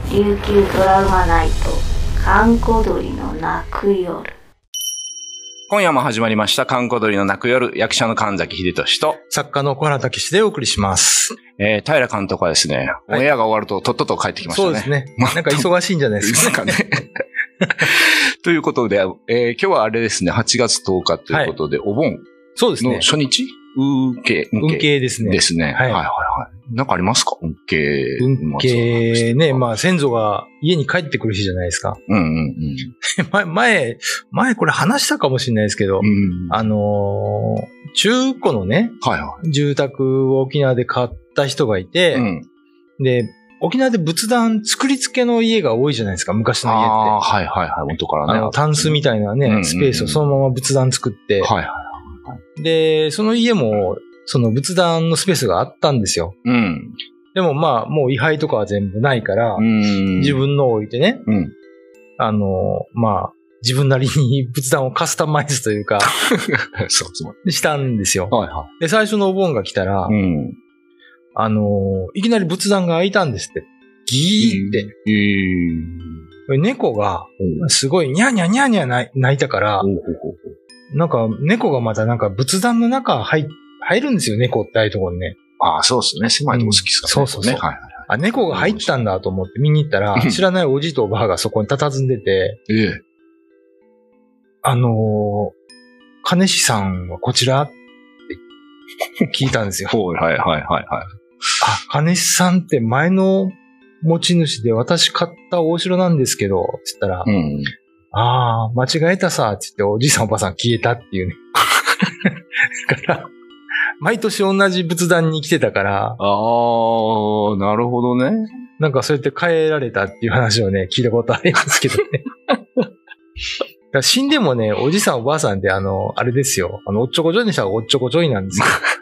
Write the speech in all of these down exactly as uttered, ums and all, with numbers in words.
琉球ドラマナイト閑古鳥の泣く夜。 今夜も始まりました閑古鳥の泣く夜、役者の神崎秀俊と作家の小原武史でお送りします。 えー、平監督はですね、はい、オンエアが終わるととっとと帰ってきましたね。 そうですね。なんか忙しいんじゃないですか。 ですかね。ということで、えー、今日はあれですね、はちがつとおかということで、はい、お盆の初日、運慶、 運慶ですね。 ですね。はいはいはい。なんかありますか？運慶。 運慶ね、まあ先祖が家に帰ってくる日じゃないですか。 うんうんうん。 前、前、前これ話したかもしれないですけど、うん、あのー、中古のね、はいはい、住宅を沖縄で買った人がいて、うん、で、沖縄で仏壇作り付けの家が多いじゃないですか、昔の家って。ああ、はいはいはい、元からね。 あの、タンスみたいなね、うんうんうん、スペースをそのまま仏壇作って、はいはい、で、その家も、その仏壇のスペースがあったんですよ。うん。でもまあ、もう位牌とかは全部ないから、うん、自分のを置いてね、うん、あの、まあ、自分なりに仏壇をカスタマイズというか、 そうそう。 したんですよ。 はいはい。 で、最初のお盆が来たら、うん、あの、いきなり仏壇が開いたんですって。ギーって。えー、猫が、すごいニャーニャーニャーニャー泣いたから、なんか猫がまたなんか仏壇の中入って、入るんですよ、猫ってああいうところにね。 ああ、そうですね。狭いとこ好きですからね。 うん、そうそうそう。ね、はいはいはい。あ、猫が入ったんだと思って見に行ったら、知らないおじいとおばあがそこに佇んでて、ええ。あのー、金師さんはこちらって聞いたんですよ。 はいはいはいはい。あ、 金師さんって前の持ち主で私買ったお城なんですけど、つったら、うん、ああ、間違えたさ、つっておじいさんおばあさん消えたっていうね。だから、毎年同じ仏壇に来てたから。 ああ、なるほどね。 なんかそうやって変えられたっていう話をね、聞いたことありますけどね。死んでもね、おじさんおばあさんってあの、あれですよ。あの、おっちょこちょいにしたらおっちょこちょいなんですよ。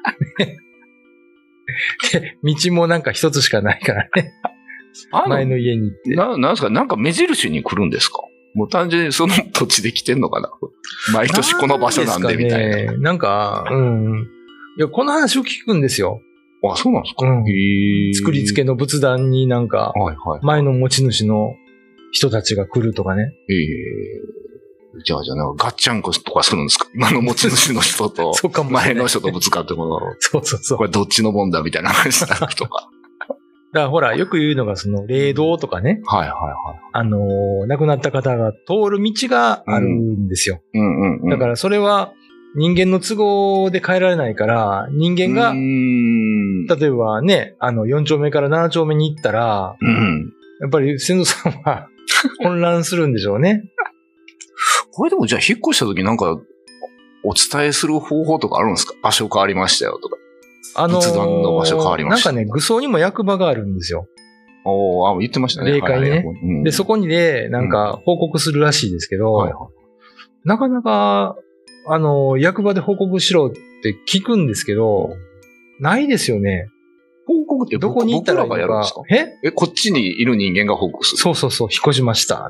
で、道もなんか一つしかないからね。前の家に行って。 な、なんですか、なんか目印に来るんですか？もう単純にその土地で来てんのかな？毎年この場所なんでみたいな。 ね、なんか、うん。いや、この話を聞くんですよ。 あ、そうなんですか？うん、 へ作り付けの仏壇になんか、前の持ち主の人たちが来るとかね。 へえ。じゃあ、じゃあ、なんかガッチャンコとかするんですか？今の持ち主の人と、前の人とぶつかってこの、 そうそうそう。 これどっちのもんだみたいな話になるとか。 だからほら、よく言うのが、その、霊道とかね。 はいはいはい。 あのー、亡くなった方が通る道があるんですよ。うんうんうんうん、だからそれは、人間の都合で変えられないから、人間が、例えばね、あの、よん丁目からなな丁目に行ったら、うん、やっぱり先祖さんは混乱するんでしょうね。 これでもじゃあ引っ越した時なんか、お伝えする方法とかあるんですか？場所変わりましたよとか。あのー、仏壇の場所変わりました。 なんかね、愚僧にも役場があるんですよ。 おー、あ、言ってましたね。 霊界にね、はいはいうん。で、そこにね、なんか報告するらしいですけど、うんはいはい、なかなか、あの、役場で報告しろって聞くんですけど、ないですよね。 報告ってどこに行ったらいいのか。僕らがやるんですか？ええ、こっちにいる人間が報告する？ そうそうそう、引っ越しましたって。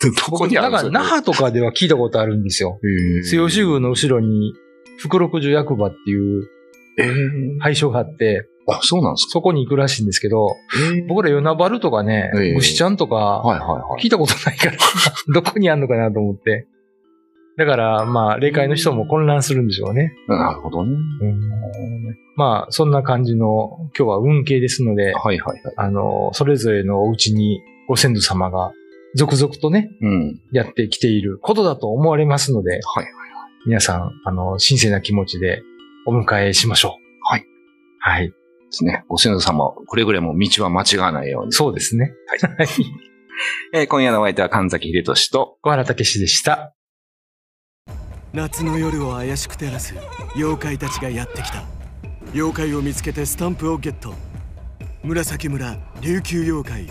どこにあるんですか？なんか、那覇とかでは聞いたことあるんですよ。末吉宮の後ろに、福六十役場っていう、配所があって、 あ、そうなんですか？ そこに行くらしいんですけど、僕ら与那原とかね、牛ちゃんとか、聞いたことないから、どこにあるのかなと思って。だから、まあ、霊界の人も混乱するんでしょうね。 なるほどね。うん、 まあ、そんな感じの、今日は運慶ですので、はいはいはい、あの、それぞれのお家にご先祖様が続々とね、うん、やってきていることだと思われますので、はいはいはい、皆さん、あの、神聖な気持ちでお迎えしましょう。 はい。 はい。 ですね。ご先祖様、くれぐれも道は間違わないように。 そうですね。はい。 えー、今夜のお相手は神崎秀俊と小原武史でした。 夏の夜を怪しく照らす妖怪たちがやってきた。妖怪を見つけてスタンプをゲット。紫村琉球妖怪。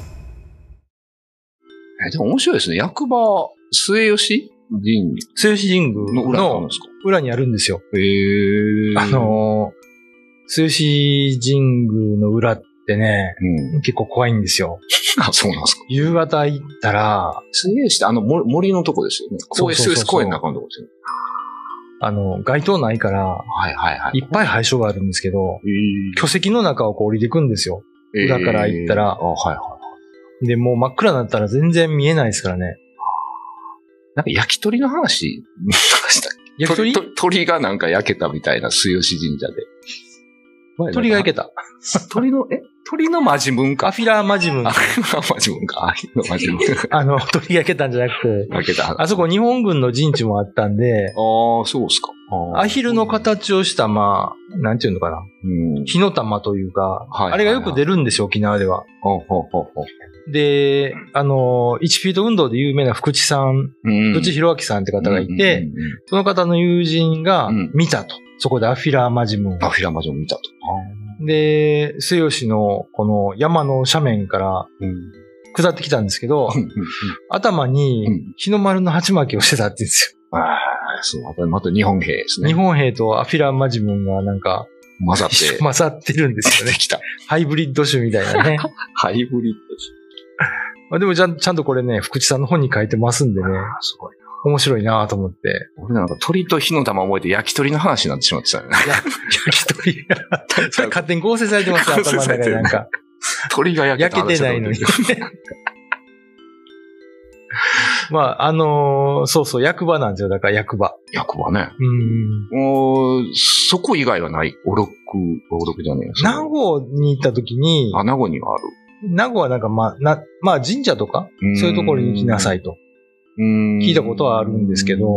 え、でも面白いですね。役場、末吉神宮。 末吉神宮の裏の裏にあるんですよ。 へー。 あのー、末吉神宮の裏ってね、うん、結構怖いんですよ。 あ、そうなんですか。 夕方行ったら、 末吉ってあの森のとこですよね。公園、末吉公園の中のとこですよね。 あの、街灯ないから、はいはいはい。いっぱい配所があるんですけど、えー、巨石の中をこう降りていくんですよ。裏から行ったら、えー、あはいはい。 で、もう真っ暗になったら全然見えないですからね。 なんか焼き鳥の話、したっけ？ 焼き鳥？ 鳥、鳥がなんか焼けたみたいな、末吉神社で。 鳥が焼けた。 鳥の、え鳥のマジムンか。 アフィラマジムン。 アフィラマジムンか。アフィラマジムン。 あの、鳥が焼けたんじゃなくて。 焼けた。 あそこ日本軍の陣地もあったんで。 ああ、そうですか。 アヒルの形をした、まあ、なんていうのかな。うん、火の玉というか、はいはいはい、あれがよく出るんですよ、沖縄では。 ほうほうほうほうで、あの、いちフィート運動で有名な福地さん、うん、福地博明さんって方がいて、うんうんうん、その方の友人が見たと。うん、そこでアフィラマジムン。 アフィラマジムン見たと。 で、末吉のこの山の斜面から下ってきたんですけど、うん、頭に日の丸の鉢巻きをしてたって言うんですよ。 ああ、そう、また、また日本兵ですね。 日本兵とアフィラマジムンがなんか、 混ざって。 混ざってるんですよね。 きた。 ハイブリッド種みたいなね。 ハイブリッド種。でもちゃん、ちゃんとこれね、福地さんの本に書いてますんでね。すごい。面白いなと思って。 俺なんか鳥と火の玉覚えて焼き鳥の話になってしまってたよね。 焼き鳥が。それ勝手に合成されてますよ、頭の中でなんか。 鳥が焼けた話。 焼けてないのに。まあ、あのー、そうそう、役場なんですよ。だから役場。 役場ね。うん。もう、そこ以外はない。おろく、おろくじゃねえよ。 名護に行った時に。 あ、名護にはある。 名護はなんかまあ、な、まあ神社とか、そういうところに行きなさいと。聞いたことはあるんですけど、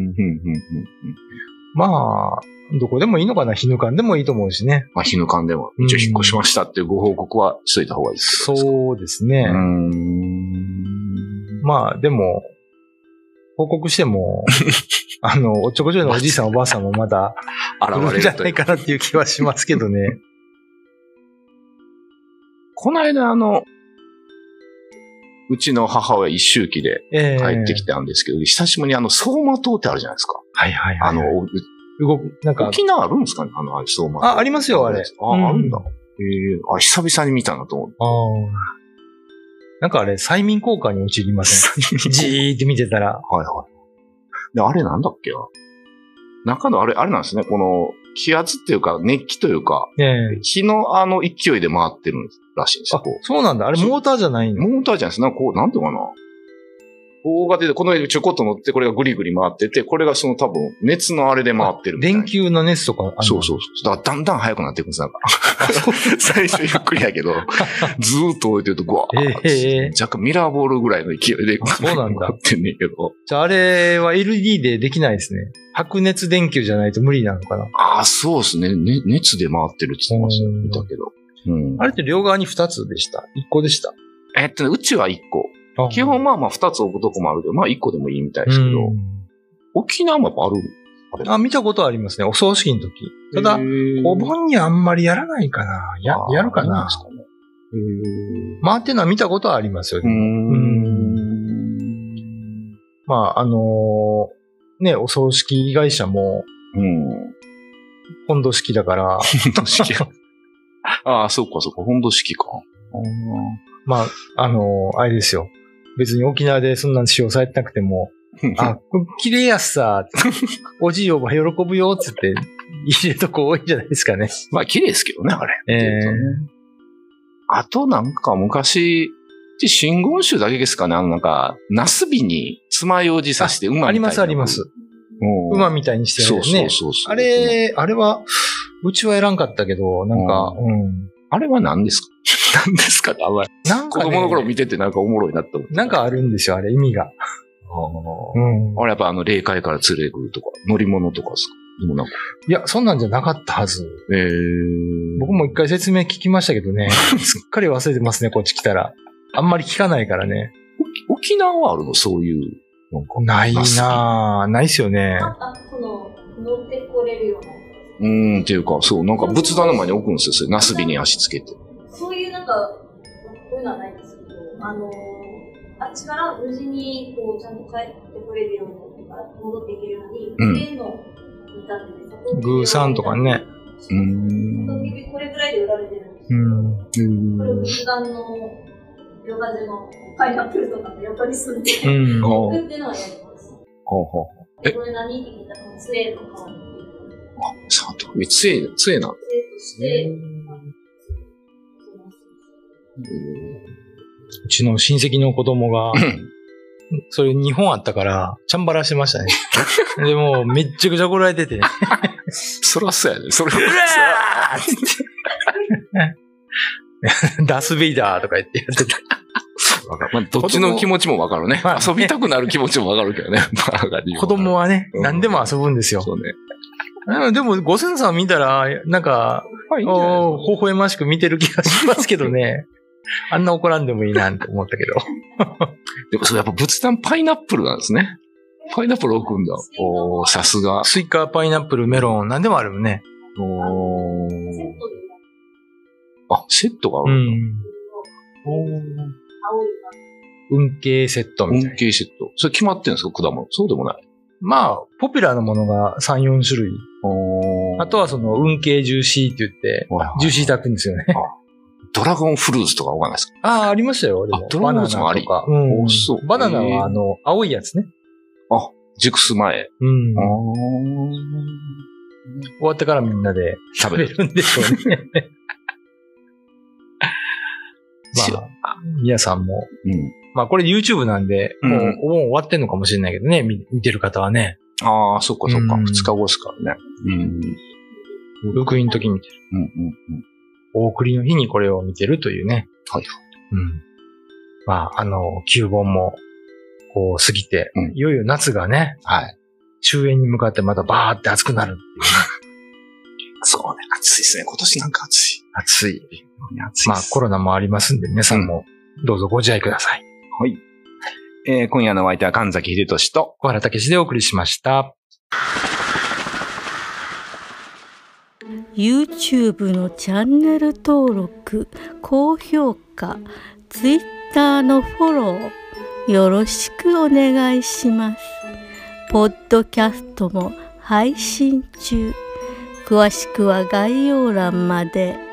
まあ、どこでもいいのかな、日ぬかんでもいいと思うしね。 まあ、日ぬかんでも、一応引っ越しましたっていうご報告はしといた方がいいですか？ そうですね。うーんまあ、でも、報告しても、あの、おっちょこちょいのおじいさんおばあさんもまだ、現れるんじゃないかなっていう気はしますけどね。 この間、あの、うちの母親一周期で帰ってきたんですけど、えー、久しぶりにあの、走馬灯ってあるじゃないですか。 はいはいはい。 あの、 動く、なんか。 沖縄あるんですかね、あの、走馬灯。 あ、ありますよ、あれ。 あ、うん、あるんだ。えー、あ、久々に見たなと思って。あなんかあれ、催眠効果に陥りません。じーって見てたら。 はいはい。で、あれなんだっけな。中のあれ、あれなんですね。この、気圧っていうか、熱気というか、えー、火のあの勢いで回ってるらしいんですよ。 あ、そうなんだ。あれモーターじゃないの？ モーターじゃないです。なんかこう、なんていうかな。棒が出て、この上にちょこっと乗って、これがグリグリ回ってて、これがその多分、熱のあれで回ってるみたいな。 電球の熱とかある。 そうそうそう。だからだんだん速くなっていくんです、なんか。最初ゆっくりやけど、ずーっと置いてると、ぐわーって、えー、若干ミラーボールぐらいの勢いで、 そうなんだ。 ってんねんけど。 じゃああれは エルイーディー でできないですね。白熱電球じゃないと無理なのかな。 ああ、そうですね。ね、熱で回ってるって言ってました。見たけど。 うん。あれって両側にふたつでした？いっこでした？ えっとね、うちはいっこ。基本まあまあ二つ置くとこもあるけど、まあ一個でもいいみたいですけど、沖縄もやっぱある？ あれあ、見たことありますね。お葬式の時。ただ、お盆にあんまりやらないかな。や、やるかな。ですかね。回ってるのは見たことはありますよね。うんまあ、あのー、ね、お葬式会社も、うん、本土式だから。 本土式ああ、そうかそうか、本土式か。 まあ、あのー、あれですよ。別に沖縄でそんなに使用されてなくても、あ、綺麗やっさ、おじいおば喜ぶよ、つって入れとこ多いんじゃないですかね。 まあ綺麗ですけどね、あれ。えー、あとなんか昔、真言宗だけですかね、あのなんか、ナスビに爪楊枝刺して馬みたいな。 ありますあります。馬みたいにしてるね。そうそうそうそう。あれ、あれは、うちはやらんかったけど、なんか、うん。 あれは何ですか何ですかってあんまり。なんか、ね、子供の頃見ててなんかおもろいなって思って。 なんかあるんですよ、あれ、意味が。 うん。あれやっぱあの、霊界から連れてくるとか、乗り物とかですか？でもなんか。 いや、そんなんじゃなかったはず。えー、僕も一回説明聞きましたけどね、すっかり忘れてますね、こっち来たら。あんまり聞かないからね。 沖縄はあるの？そういう。 なんかないなぁ。ないっすよね。 あ、この、乗ってこれるような。 うーん、っていうか、そう、なんか仏壇の前に置くんですよ、それ。ナスビに足つけて。 そういうなんか、こういうのはないんですけど、あの、あっちから無事に、こう、ちゃんと帰ってこれるように、戻っていけるように、うん、上の見立てで、 グーさんとかね。 うーん。これぐらいで売られてるんですけど、うん、これ仏壇の、ヨガジのパイナップルとかの横に住んで、うん、置くっていうのはやります。ほうほうほう。え、これ何って聞いたら、杖の代わりに。 あ、さあ、と、杖、杖なんだ。 杖として、 うちの親戚の子供が、それにほんあったから、チャンバラしてましたね。でも、めっちゃくちゃ怒られてて。 そらそうやね。それは。うわーってダスベイダーとか言ってやってた。 まあ、どっちの気持ちもわかるね。まあ、遊びたくなる気持ちもわかるけどね。 子供はね、何でも遊ぶんですよ。そうね。でも、ご先祖さん見たら、なんか、微笑ましく見てる気がしますけどね。あんな怒らんでもいいなって思ったけど。 でもそれやっぱ仏壇パイナップルなんですね。パイナップル置くんだ。おー、さすが。 スイカ、パイナップル、メロン、何でもあるよね。 おー。あ、セットがあるんだ。うん、おー。 運慶セットみたいな。 運慶セット。それ決まってるんですか、果物。そうでもない。 まあ、ポピュラーなものがさん、よん種類。あとはその運慶ジューシーって言って、ジューシー炊くんですよね。 ドラゴンフルーツとかわかんないですか？ ああ、ありましたよ。でもドラゴンフルーツもあり。 バナナとか。うん、そう。バナナはあの、青いやつね。 あ、熟す前。 うん。終わってからみんなで食べるんでしょうね。まあ、皆さんも。うん、まあこれ YouTube なんで、もうお盆終わってんのかもしれないけどね、見てる方はね。 ああ、そっかそっか。ふつかごですからね。うん。 福音の時見てる。うんうんうん。大送りの日にこれを見てるというね。はい。うん。まあ、あの、旧盆も、こう過ぎて、うん、いよいよ夏がね、はい。終焉に向かってまたバーって暑くなるっていう、ね。 そうね、暑いですね。今年なんか暑い。 暑い。暑い。まあ、コロナもありますんで、皆さんもどうぞご自愛ください。 はい。えー、今夜のお相手は神崎秀俊と小原武史でお送りしました。 YouTube のチャンネル登録、高評価、Twitter のフォロー、よろしくお願いします。ポッドキャストも配信中。詳しくは概要欄まで。